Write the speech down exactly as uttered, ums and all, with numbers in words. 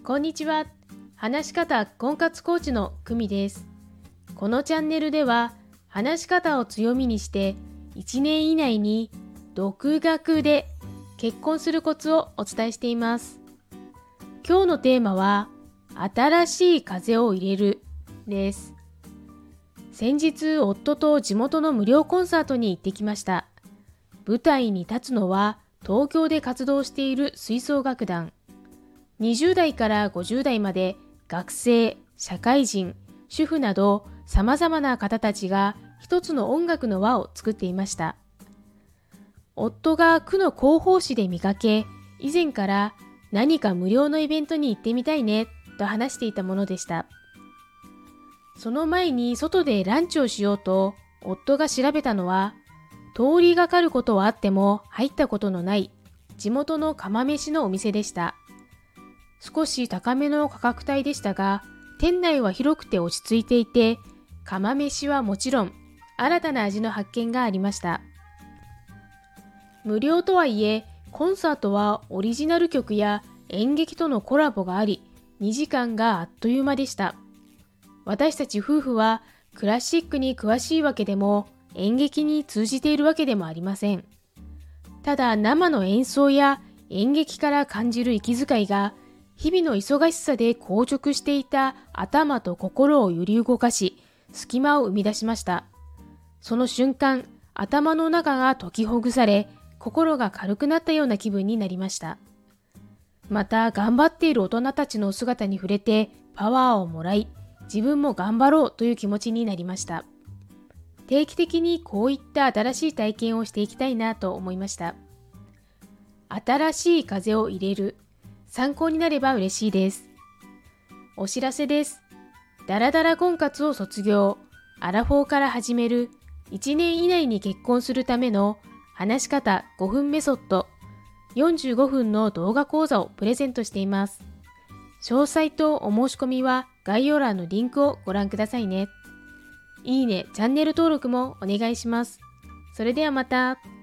こんにちは。話し方婚活コーチの久美です。このチャンネルでは話し方を強みにしていちねん以内に独学で結婚するコツをお伝えしています。今日のテーマは新しい風を入れるです。先日夫と地元の無料コンサートに行ってきました。舞台に立つのは東京で活動している吹奏楽団。にじゅう代からごじゅう代まで学生、社会人、主婦など様々な方たちが一つの音楽の輪を作っていました。夫が区の広報誌で見かけ、以前から何か無料のイベントに行ってみたいねと話していたものでした。その前に外でランチをしようと夫が調べたのは、通りがかることはあっても入ったことのない地元の釜飯のお店でした。少し高めの価格帯でしたが、店内は広くて落ち着いていて、釜飯はもちろん新たな味の発見がありました。無料とはいえ、コンサートはオリジナル曲や演劇とのコラボがあり、にじかんがあっという間でした。私たち夫婦はクラシックに詳しいわけでも、演劇に通じているわけでもありません。ただ生の演奏や演劇から感じる息遣いが、日々の忙しさで硬直していた頭と心を揺り動かし、隙間を生み出しました。その瞬間、頭の中が解きほぐされ、心が軽くなったような気分になりました。また、頑張っている大人たちの姿に触れて、パワーをもらい、自分も頑張ろうという気持ちになりました。定期的にこういった新しい体験をしていきたいなと思いました。新しい風を入れる。参考になれば嬉しいです。お知らせです。ダラダラ婚活を卒業、アラフォーから始める、いちねん以内に結婚するための話し方ごふんメソッド、よんじゅうごふんの動画講座をプレゼントしています。詳細とお申し込みは概要欄のリンクをご覧くださいね。いいね、チャンネル登録もお願いします。それではまた。